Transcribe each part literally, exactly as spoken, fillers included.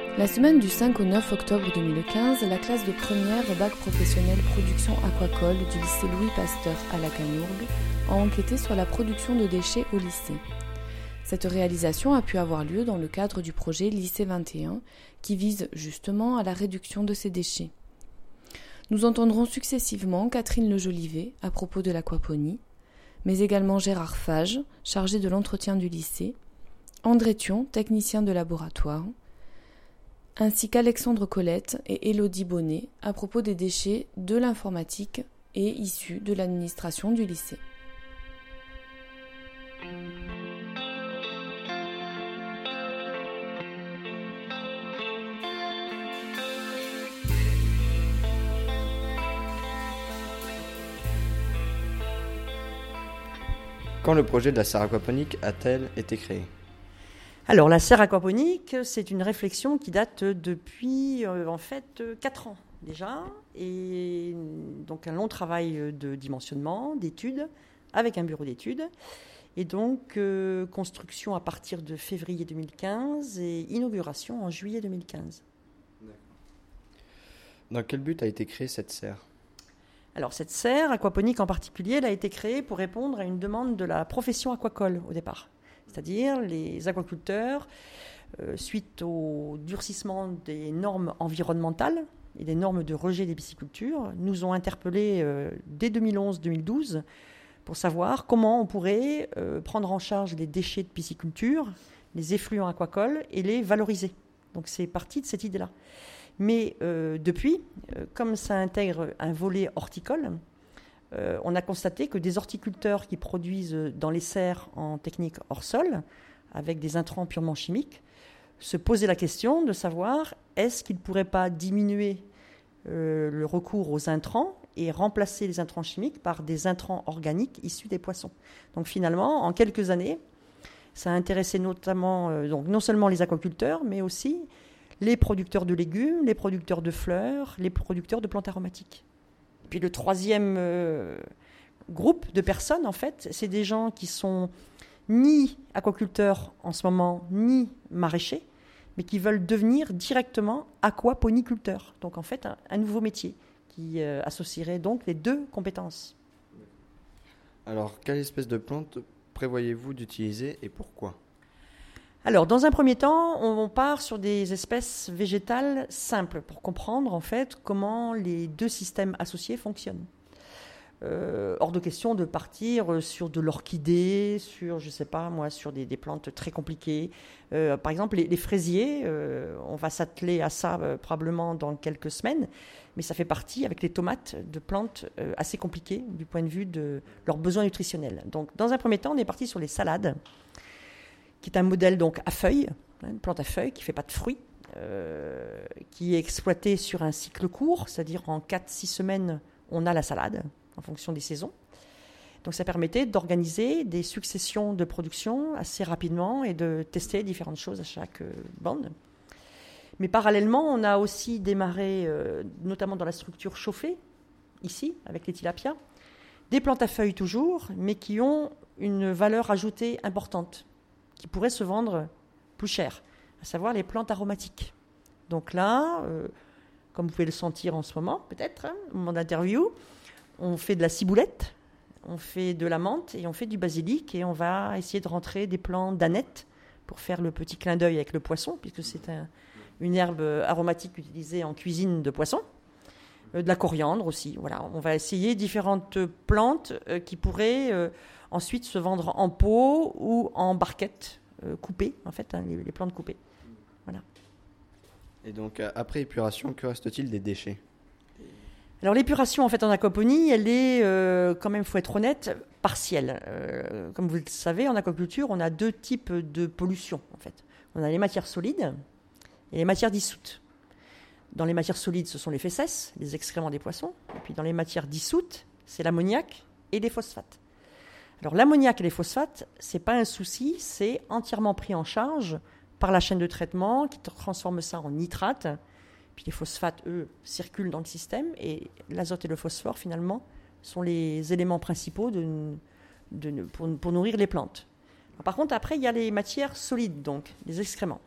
La semaine du cinq au neuf octobre deux mille quinze, la classe de première bac professionnel production aquacole du lycée Louis Pasteur à La Canourgue a enquêté sur la production de déchets au lycée. Cette réalisation a pu avoir lieu dans le cadre du projet Lycée vingt et un qui vise justement à la réduction de ces déchets. Nous entendrons successivement Catherine Le Jolivet à propos de l'aquaponie, mais également Gérard Fage, chargé de l'entretien du lycée, André Thion, technicien de laboratoire, ainsi qu'Alexandre Colette et Élodie Bonnet à propos des déchets de l'informatique et issus de l'administration du lycée. Quand le projet de la serre aquaponique a-t-elle été créé ? Alors, la serre aquaponique, c'est une réflexion qui date depuis, euh, en fait, quatre ans déjà. Et donc, un long travail de dimensionnement, d'études, avec un bureau d'études. Et donc, euh, construction à partir de février deux mille quinze et inauguration en juillet deux mille quinze. Dans quel but a été créée cette serre ? Alors, cette serre aquaponique en particulier, elle a été créée pour répondre à une demande de la profession aquacole au départ. C'est-à-dire les aquaculteurs, euh, suite au durcissement des normes environnementales et des normes de rejet des piscicultures, nous ont interpellés euh, dès deux mille onze deux mille douze pour savoir comment on pourrait euh, prendre en charge les déchets de pisciculture, les effluents aquacoles et les valoriser. Donc c'est parti de cette idée-là. Mais euh, depuis, euh, comme ça intègre un volet horticole, Euh, on a constaté que des horticulteurs qui produisent dans les serres en technique hors sol, avec des intrants purement chimiques, se posaient la question de savoir est-ce qu'ils ne pourraient pas diminuer euh, le recours aux intrants et remplacer les intrants chimiques par des intrants organiques issus des poissons. Donc finalement, en quelques années, ça a intéressé notamment, euh, donc non seulement les aquaculteurs, mais aussi les producteurs de légumes, les producteurs de fleurs, les producteurs de plantes aromatiques. Puis le troisième euh, groupe de personnes, en fait, c'est des gens qui sont ni aquaculteurs en ce moment, ni maraîchers, mais qui veulent devenir directement aquaponiculteurs. Donc en fait, un, un nouveau métier qui euh, associerait donc les deux compétences. Alors, quelle espèce de plante prévoyez-vous d'utiliser et pourquoi ? Alors, dans un premier temps, on part sur des espèces végétales simples pour comprendre en fait comment les deux systèmes associés fonctionnent. Euh, hors de question de partir sur de l'orchidée, sur, je sais pas moi, sur des, des plantes très compliquées. Euh, par exemple, les, les fraisiers, euh, on va s'atteler à ça euh, probablement dans quelques semaines, mais ça fait partie, avec les tomates, de plantes euh, assez compliquées du point de vue de leurs besoins nutritionnels. Donc, dans un premier temps, on est parti sur les salades, qui est un modèle donc à feuilles, une plante à feuilles qui ne fait pas de fruits, euh, qui est exploitée sur un cycle court, c'est-à-dire en quatre à six semaines, on a la salade, en fonction des saisons. Donc ça permettait d'organiser des successions de production assez rapidement et de tester différentes choses à chaque euh, bande. Mais parallèlement, on a aussi démarré, euh, notamment dans la structure chauffée, ici, avec les tilapias, des plantes à feuilles toujours, mais qui ont une valeur ajoutée importante, qui pourraient se vendre plus cher, à savoir les plantes aromatiques. Donc là, euh, comme vous pouvez le sentir en ce moment, peut-être, hein, au moment d'interview, on fait de la ciboulette, on fait de la menthe et on fait du basilic et on va essayer de rentrer des plants d'aneth pour faire le petit clin d'œil avec le poisson, puisque c'est un, une herbe aromatique utilisée en cuisine de poisson. Euh, de la coriandre aussi. Voilà, on va essayer différentes plantes euh, qui pourraient euh, ensuite se vendre en pot ou en barquettes euh, coupées, en fait, hein, les, les plantes coupées. Voilà. Et donc, après épuration, que reste-t-il des déchets ? Alors l'épuration en fait en aquaponie, elle est euh, quand même, il faut être honnête, partielle. Euh, comme vous le savez, en aquaculture, on a deux types de pollution en fait. On a les matières solides et les matières dissoutes. Dans les matières solides, ce sont les fécès, les excréments des poissons. Et puis dans les matières dissoutes, c'est l'ammoniac et les phosphates. Alors l'ammoniac et les phosphates, c'est pas un souci, c'est entièrement pris en charge par la chaîne de traitement qui transforme ça en nitrate. Puis les phosphates, eux, circulent dans le système et l'azote et le phosphore, finalement, sont les éléments principaux de, de, pour, pour nourrir les plantes. Alors, par contre, après, il y a les matières solides, donc les excréments.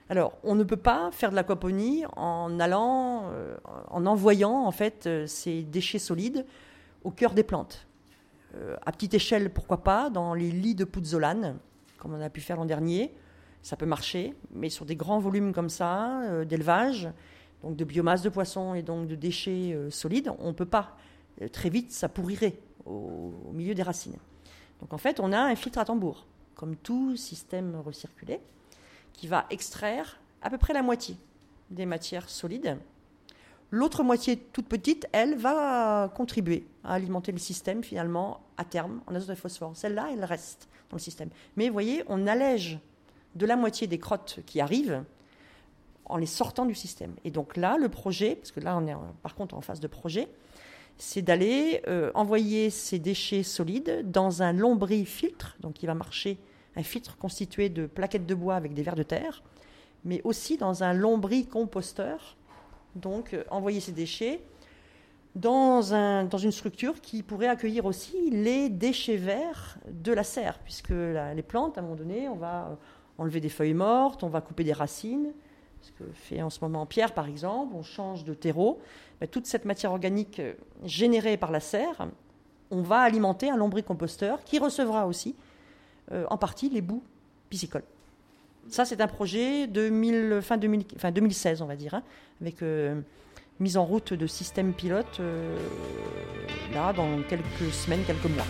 Alors, on ne peut pas faire de l'aquaponie en allant, euh, en envoyant en fait euh, ces déchets solides au cœur des plantes. Euh, à petite échelle, pourquoi pas, dans les lits de pouzzolane, comme on a pu faire l'an dernier, ça peut marcher, mais sur des grands volumes comme ça, euh, d'élevage, donc de biomasse de poissons et donc de déchets euh, solides, on ne peut pas. Euh, très vite, ça pourrirait au, au milieu des racines. Donc en fait, on a un filtre à tambour, comme tout système recirculé, qui va extraire à peu près la moitié des matières solides. L'autre moitié toute petite, elle, va contribuer à alimenter le système finalement à terme en azote et phosphore. Celle-là, elle reste dans le système. Mais vous voyez, on allège de la moitié des crottes qui arrivent en les sortant du système. Et donc là, le projet, parce que là, on est par contre en phase de projet, c'est d'aller euh, envoyer ces déchets solides dans un lombrifiltre, donc il va marcher un filtre constitué de plaquettes de bois avec des vers de terre, mais aussi dans un lombricomposteur, donc euh, envoyer ces déchets dans, un, dans une structure qui pourrait accueillir aussi les déchets verts de la serre, puisque la, les plantes, à un moment donné, on va enlever des feuilles mortes, on va couper des racines, ce que fait en ce moment Pierre par exemple, on change de terreau, ben, toute cette matière organique générée par la serre, on va alimenter un lombricomposteur qui recevra aussi Euh, en partie les boues piscicoles. Ça, c'est un projet de mille, fin, deux mille, fin deux mille seize, on va dire, hein, avec euh, mise en route de systèmes pilotes, euh, là, dans quelques semaines, quelques mois.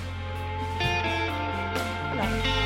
Voilà.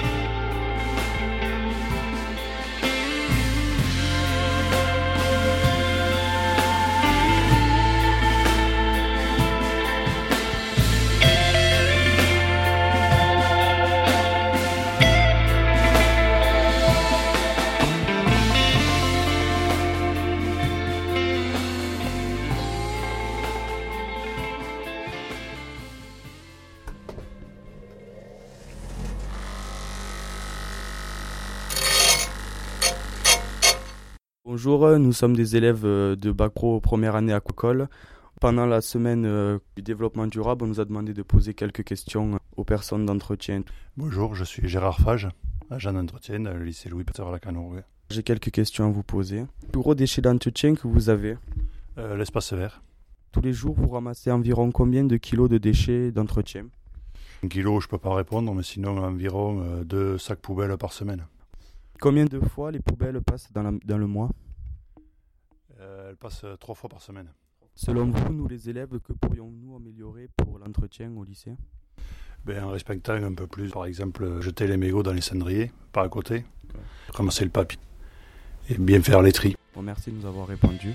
Bonjour, nous sommes des élèves de Bac Pro première année aquacole. Pendant la semaine du développement durable, on nous a demandé de poser quelques questions aux personnes d'entretien. Bonjour, je suis Gérard Fage, agent d'entretien dans le lycée Louis Pasteur à la Canourgue. J'ai quelques questions à vous poser. Le plus gros déchet d'entretien que vous avez? euh, L'espace vert. Tous les jours, vous ramassez environ combien de kilos de déchets d'entretien? Un kilo, je ne peux pas répondre, mais sinon environ euh, deux sacs poubelles par semaine. Combien de fois les poubelles passent dans, la, dans le mois? euh, Elles passent trois fois par semaine. Selon vous, nous les élèves, que pourrions-nous améliorer pour l'entretien au lycée? Ben, en respectant un peu plus, par exemple, jeter les mégots dans les cendriers, pas à côté, okay. Ramasser le papier et bien faire les tris. Bon, merci de nous avoir répondu.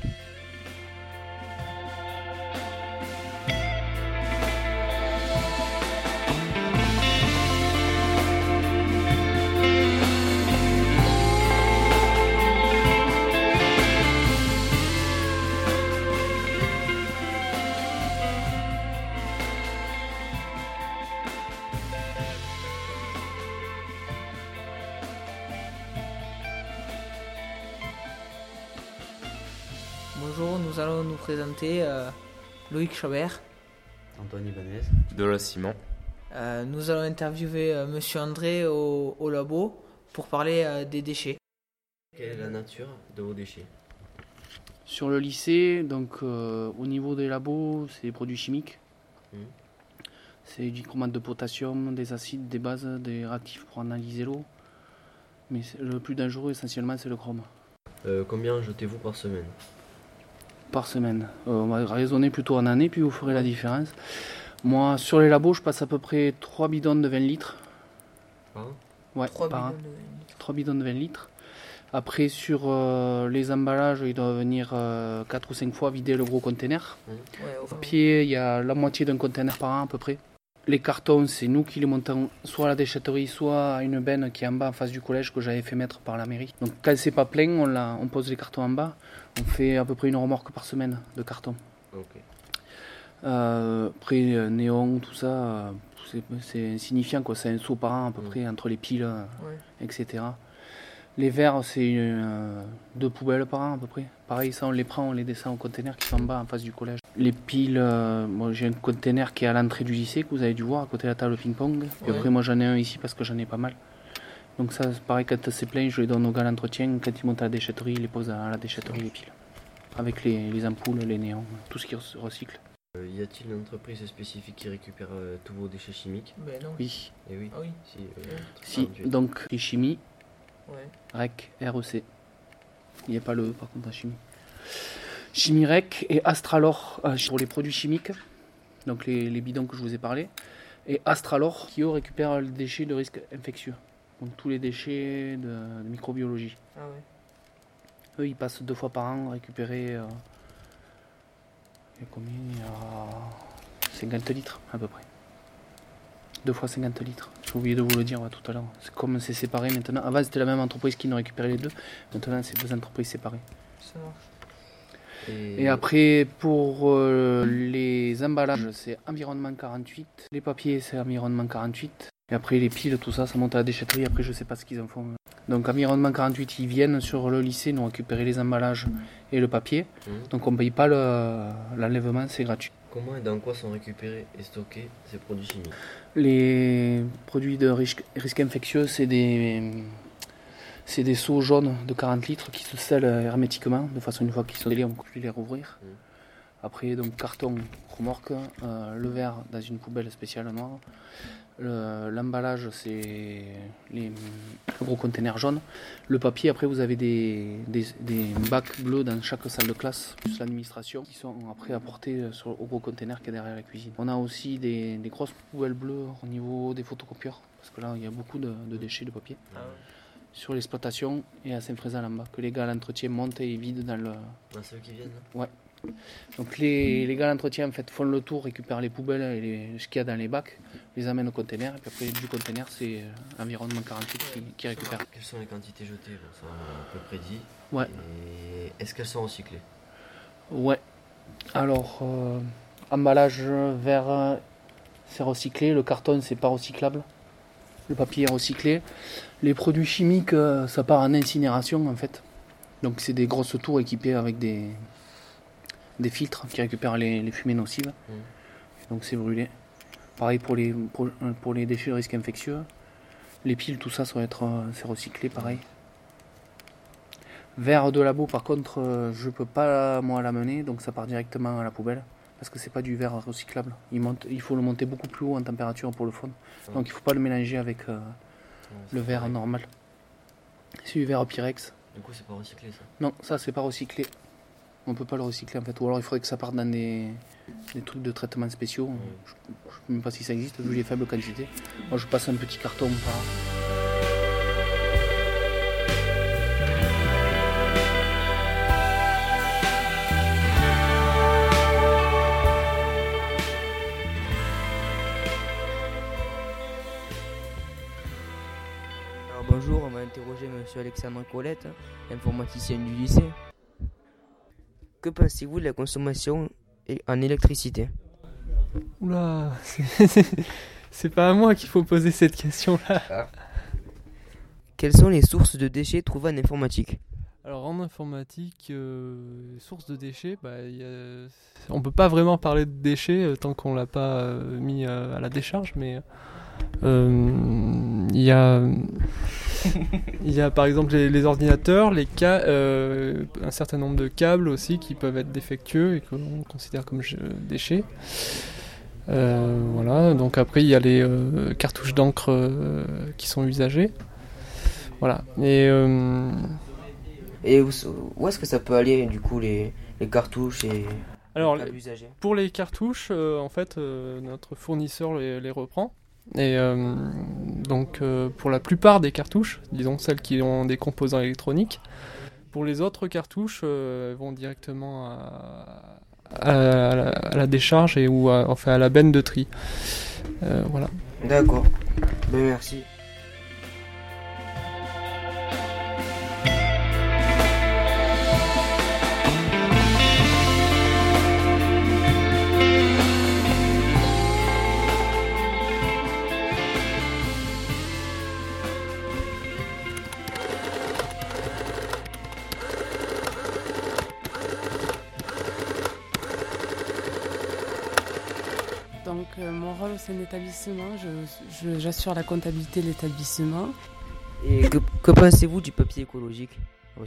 Bonjour, nous allons nous présenter euh, Loïc Chabert, Antoine Ibanez, Dola Simon. Euh, nous allons interviewer euh, Monsieur André au, au labo pour parler euh, des déchets. Quelle est la nature de vos déchets? Sur le lycée, donc euh, au niveau des labos, c'est des produits chimiques. Mmh. C'est du chromate de potassium, des acides, des bases, des réactifs pour analyser l'eau. Mais le plus dangereux essentiellement c'est le chrome. Euh, combien jetez-vous par semaine? Par semaine. Euh, on va raisonner plutôt en année, puis vous ferez la différence. Moi, sur les labos, je passe à peu près trois bidons de vingt litres. Par an? Ouais, trois par bidons de vingt litres. trois bidons de vingt litres. Après, sur euh, les emballages, il doit venir euh, quatre ou cinq fois vider le gros container. Ouais, au fond. Papier, il y a la moitié d'un container par an à peu près. Les cartons, c'est nous qui les montons soit à la déchetterie, soit à une benne qui est en bas en face du collège que j'avais fait mettre par la mairie. Donc quand c'est pas plein, on, la, on pose les cartons en bas. On fait à peu près une remorque par semaine de cartons. Okay. Euh, après, euh, néon, tout ça, c'est, c'est insignifiant, quoi. C'est un seau par an à peu mmh. près entre les piles, ouais. et cetera. Les verres, c'est euh, deux poubelles par an à peu près. Pareil, ça on les prend, on les descend au conteneur qui sont en bas en face du collège. Les piles, euh, moi j'ai un conteneur qui est à l'entrée du lycée que vous avez dû voir à côté de la table ping-pong. Puis ouais. Après moi j'en ai un ici parce que j'en ai pas mal. Donc ça, c'est pareil, quand c'est plein, je les donne aux gars à l'entretien. Quand ils montent à la déchetterie, ils les posent à la déchetterie, les piles. Avec les, les ampoules, les néons, tout ce qui se recycle. Euh, y a-t-il une entreprise spécifique qui récupère euh, tous vos déchets chimiques? Ben non. Oui. Et oui. Ah oui. Si, euh, Si, trente-huit. donc les chimies, Ouais. R E C, R E C. Il n'y a pas le E par contre en chimie. Chimie R E C et Astralor euh, pour les produits chimiques, donc les, les bidons que je vous ai parlé. Et Astralor qui eux récupèrent les déchets de risque infectieux. Donc tous les déchets de, de microbiologie. Ah ouais. Eux ils passent deux fois par an récupérer euh, il y a combien il y a cinquante litres à peu près. Deux fois cinquante litres. J'ai oublié de vous le dire ouais, tout à l'heure. C'est comme c'est séparé maintenant. Avant c'était la même entreprise qui nous récupérait les deux. Maintenant c'est deux entreprises séparées. Ça marche. Et, Et après pour euh, les emballages c'est environnement quarante-huit. Les papiers c'est environnement quarante-huit. Et après les piles tout ça ça monte à la déchetterie. Après je sais pas ce qu'ils en font. Donc environnement quarante-huit ils viennent sur le lycée nous récupérer les emballages et le papier. Mmh. Donc on paye pas le, l'enlèvement, c'est gratuit. Comment et dans quoi sont récupérés et stockés ces produits chimiques? Les produits de risque, risque infectieux, c'est des, c'est des seaux jaunes de quarante litres qui se scellent hermétiquement, de façon une fois qu'ils sont scellés, on ne peut plus les rouvrir. Mmh. Après, donc carton, remorque, euh, le verre dans une poubelle spéciale noire. Le, l'emballage, c'est les, le gros conteneur jaune. Le papier, après, vous avez des, des, des bacs bleus dans chaque salle de classe, plus l'administration, qui sont après apportés sur, au gros conteneur qui est derrière la cuisine. On a aussi des, des grosses poubelles bleues au niveau des photocopieurs, parce que là, il y a beaucoup de, de déchets de papier. Ah ouais. Sur l'exploitation et à Saint-Frézal en bas, que les gars à l'entretien montent et vident dans le... Ah, c'est eux qui viennent là? Ouais. Donc les, les gars à l'entretien en fait, font le tour, récupèrent les poubelles et les, ce qu'il y a dans les bacs, les amènent au conteneur et puis après du conteneur c'est euh, environnement quarante-huit qui, qui récupère. Quelles sont les quantités jetées? Bon, ça on a à peu près dit. Ouais. Et est-ce qu'elles sont recyclées? Ouais. Alors euh, emballage verre c'est recyclé, le carton c'est pas recyclable, le papier est recyclé, les produits chimiques euh, ça part en incinération en fait. Donc c'est des grosses tours équipées avec des des filtres qui récupèrent les, les fumées nocives. Mmh. Donc c'est brûlé. Pareil pour les, pour, pour les déchets de risque infectieux. Les piles, tout ça, ça va être c'est recyclé, pareil. Verre de labo, par contre, je peux pas moi l'amener, donc ça part directement à la poubelle. Parce que c'est pas du verre recyclable. Il, monte, il faut le monter beaucoup plus haut en température pour le fondre. Mmh. Donc il faut pas le mélanger avec euh, mmh, le verre pareil. Normal. C'est du verre Pyrex. Du coup c'est pas recyclé ça? Non, ça c'est pas recyclé. On peut pas le recycler en fait, ou alors il faudrait que ça parte dans des, des trucs de traitement spéciaux. Mmh. Je, je sais même pas si ça existe, vu les faibles quantités. Moi je passe un petit carton par. Alors bonjour, on m'a interrogé monsieur Alexandre Colette, informaticien du lycée. Que pensez-vous de la consommation en électricité? Oula, c'est, c'est pas à moi qu'il faut poser cette question-là. Ah. Quelles sont les sources de déchets trouvées en informatique? Alors en informatique, euh, sources de déchets, bah, y a... on peut pas vraiment parler de déchets euh, tant qu'on l'a pas euh, mis euh, à la décharge, mais il euh, y a... Il y a par exemple les, les ordinateurs, les ca- euh, un certain nombre de câbles aussi qui peuvent être défectueux et qu'on considère comme je- déchets. Euh, voilà. Donc après il y a les euh, cartouches d'encre euh, qui sont usagées. Voilà. Et, euh, et où, où est-ce que ça peut aller du coup les, les cartouches et alors, les câbles usagés? Pour les cartouches, euh, en fait, euh, notre fournisseur les, les reprend. Et euh, donc euh, pour la plupart des cartouches, disons celles qui ont des composants électroniques, pour les autres cartouches, euh, vont directement à, à, à, la, à la décharge et ou à, enfin à la benne de tri. Euh, voilà. D'accord. Ben, merci. Donc euh, mon rôle au sein de l'établissement, je, je, j'assure la comptabilité de l'établissement Et que, que pensez-vous du papier écologique recyclable ?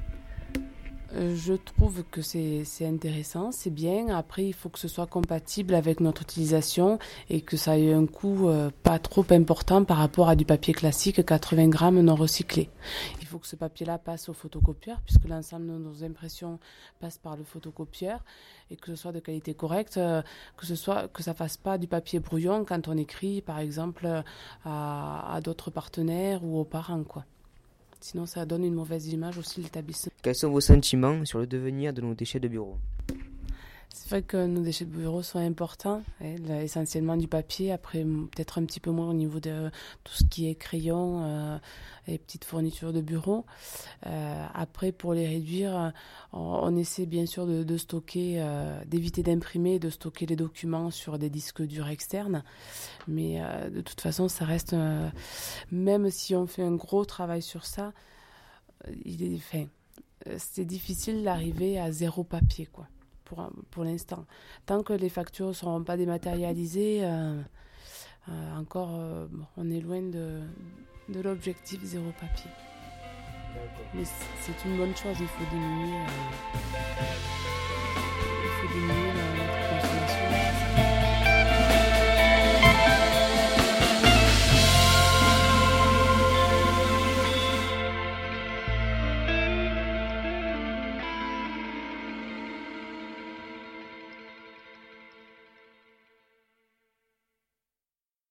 Je trouve que c'est, c'est intéressant, c'est bien. Après, il faut que ce soit compatible avec notre utilisation et que ça ait un coût euh, pas trop important par rapport à du papier classique quatre-vingts grammes non recyclé. Il faut que ce papier-là passe au photocopieur puisque l'ensemble de nos impressions passe par le photocopieur et que ce soit de qualité correcte, euh, que ce soit que ça fasse pas du papier brouillon quand on écrit, par exemple, à, à d'autres partenaires ou aux parents, quoi. Sinon, ça donne une mauvaise image aussi de l'établissement. Quels sont vos sentiments sur le devenir de nos déchets de bureau ? C'est vrai que nos déchets de bureau sont importants, hein, là, essentiellement du papier, après peut-être un petit peu moins au niveau de tout ce qui est crayon euh, et petites fournitures de bureau. Euh, après, pour les réduire, on, on essaie bien sûr de, de stocker, euh, d'éviter d'imprimer et de stocker les documents sur des disques durs externes. Mais euh, de toute façon, ça reste, euh, même si on fait un gros travail sur ça, il est, enfin, c'est difficile d'arriver à zéro papier, quoi. Pour, pour l'instant. Tant que les factures ne seront pas dématérialisées, euh, euh, encore, euh, bon, on est loin de, de l'objectif zéro papier. Mais c'est une bonne chose, il faut diminuer, euh, il faut diminuer la,